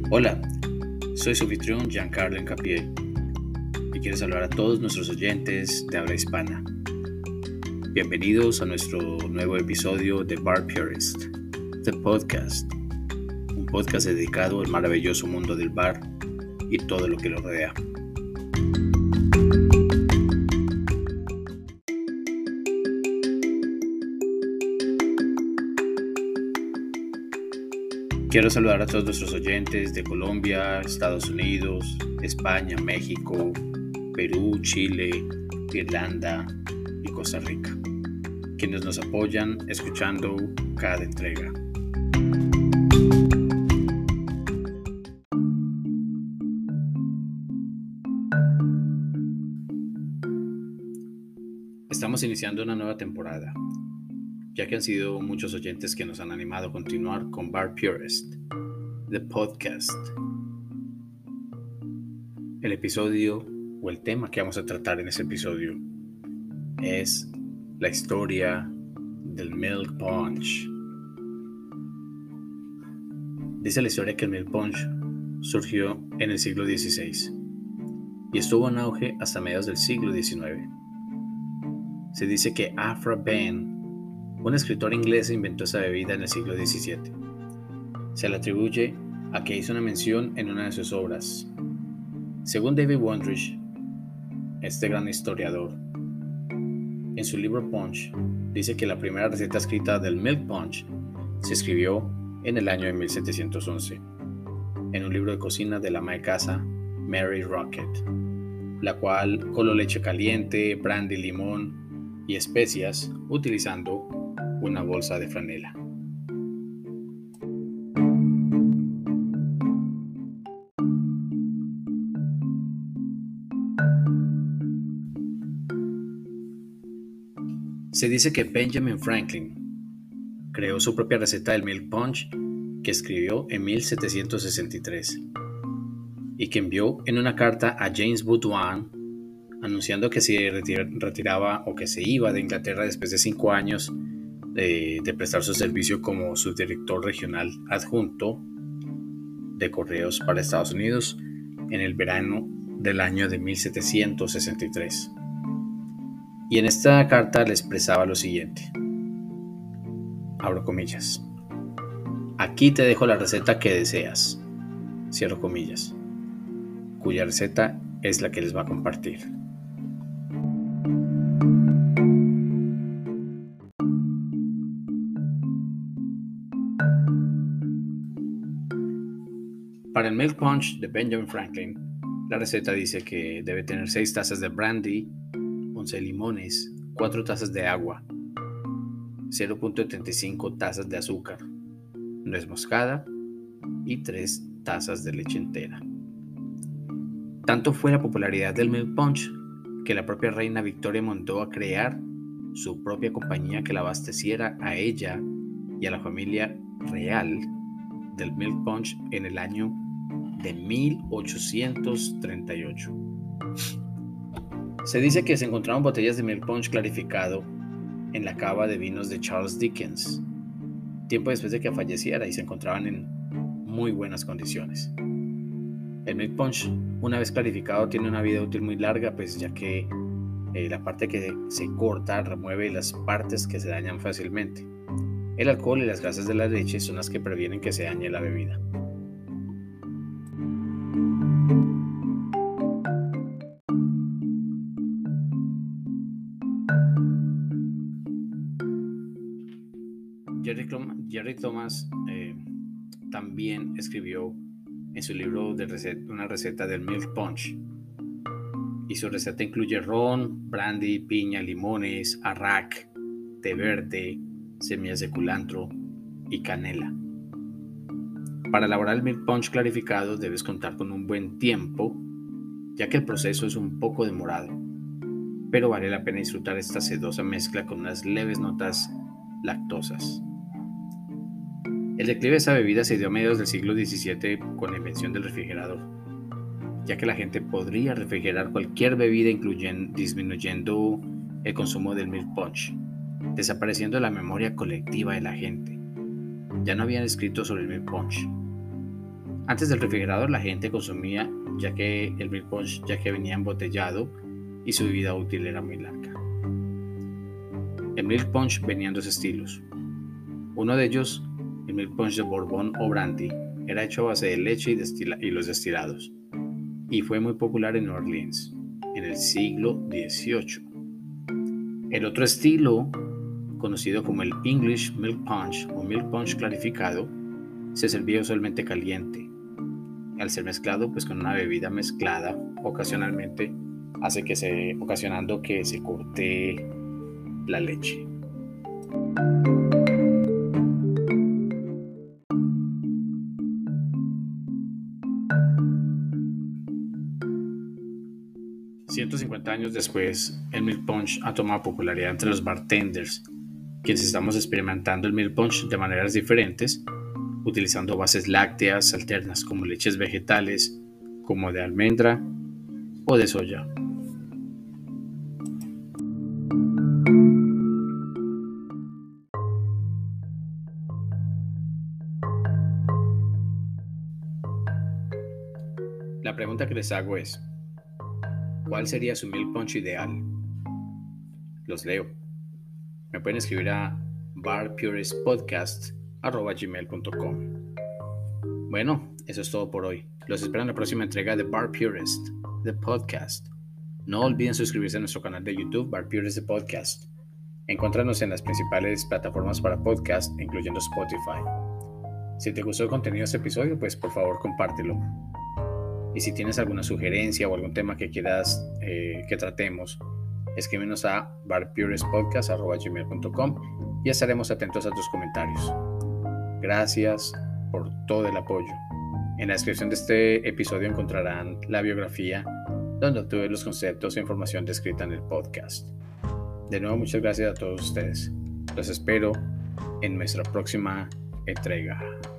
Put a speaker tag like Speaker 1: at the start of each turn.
Speaker 1: Hola, soy su anfitrión Giancarlo Encapié y quiero saludar a todos nuestros oyentes de habla hispana. Bienvenidos a nuestro nuevo episodio de Bar Purist, The Podcast, un podcast dedicado al maravilloso mundo del bar y todo lo que lo rodea. Quiero saludar a todos nuestros oyentes de Colombia, Estados Unidos, España, México, Perú, Chile, Irlanda y Costa Rica, quienes nos apoyan escuchando cada entrega. Estamos iniciando una nueva temporada, ya que han sido muchos oyentes que nos han animado a continuar con Bar Purist, The Podcast. El episodio o el tema que vamos a tratar en ese episodio es la historia del Milk Punch. Dice la historia que el Milk Punch surgió en el siglo XVI y estuvo en auge hasta mediados del siglo XIX. Se dice que Aphra Behn, un escritor inglés, inventó esa bebida en el siglo XVII. Se le atribuye a que hizo una mención en una de sus obras. Según David Wondrich, este gran historiador, en su libro Punch, dice que la primera receta escrita del Milk Punch se escribió en el año de 1711, en un libro de cocina de la ama de casa Mary Rocket, la cual coló leche caliente, brandy, limón y especias utilizando una bolsa de franela. Se dice que Benjamin Franklin creó su propia receta del Milk Punch que escribió en 1763 y que envió en una carta a James Burdwan anunciando que se retiraba o que se iba de Inglaterra después de 5 años de prestar su servicio como subdirector regional adjunto de correos para Estados Unidos en el verano del año de 1763. Y en esta carta le expresaba lo siguiente, abro comillas: aquí te dejo la receta que deseas, cierro comillas, cuya receta es la que les va a compartir. Para el Milk Punch de Benjamin Franklin, la receta dice que debe tener 6 tazas de brandy, 11 limones, 4 tazas de agua, 0.35 tazas de azúcar, nuez moscada y 3 tazas de leche entera. Tanto fue la popularidad del Milk Punch que la propia reina Victoria mandó a crear su propia compañía que la abasteciera a ella y a la familia real del Milk Punch en el año de 1838. Se dice que se encontraron botellas de Milk Punch clarificado en la cava de vinos de Charles Dickens, tiempo después de que falleciera, y se encontraban en muy buenas condiciones. El Milk Punch, una vez clarificado, tiene una vida útil muy larga, pues ya que la parte que se corta remueve las partes que se dañan fácilmente. El alcohol y las grasas de la leche son las que previenen que se dañe la bebida. Jerry Thomas también escribió en su libro una receta del Milk Punch, y su receta incluye ron, brandy, piña, limones, arrack, té verde, semillas de culantro y canela. Para elaborar el Milk Punch clarificado debes contar con un buen tiempo, ya que el proceso es un poco demorado, pero vale la pena disfrutar esta sedosa mezcla con unas leves notas lactosas. El declive de esa bebida se dio a mediados del siglo XVII con la invención del refrigerador, ya que la gente podría refrigerar cualquier bebida disminuyendo el consumo del Milk Punch, desapareciendo la memoria colectiva de la gente. Ya no habían escrito sobre el Milk Punch. Antes del refrigerador la gente consumía ya que el milk punch ya que venía embotellado y su vida útil era muy larga. El milk punch venía en dos estilos. Uno de ellos, el milk punch de Bourbon o Brandy, era hecho a base de leche y los destilados, y fue muy popular en New Orleans en el siglo XVIII. El otro estilo, conocido como el English Milk Punch o Milk Punch clarificado, se servía usualmente caliente. Al ser mezclado con una bebida mezclada, ocasionalmente ocasionando que se corte la leche. ...150 años después, el Milk Punch ha tomado popularidad entre los bartenders, quienes estamos experimentando el Milk Punch de maneras diferentes, utilizando bases lácteas alternas como leches vegetales, como de almendra o de soya. La pregunta que les hago es: ¿cuál sería su milk punch ideal? Los leo. Me pueden escribir a barpuristpodcast@gmail.com. Bueno, eso es todo por hoy. Los espero en la próxima entrega de Bar Purist, The Podcast. No olviden suscribirse a nuestro canal de YouTube, Bar Purist, The Podcast. Encuéntranos en las principales plataformas para podcast, incluyendo Spotify. Si te gustó el contenido de este episodio, por favor compártelo. Y si tienes alguna sugerencia o algún tema que quieras que tratemos, escríbenos a barpuristpodcast@gmail.com y estaremos atentos a tus comentarios. Gracias por todo el apoyo. En la descripción de este episodio encontrarán la biografía donde obtuve los conceptos e información descrita en el podcast. De nuevo, muchas gracias a todos ustedes. Los espero en nuestra próxima entrega.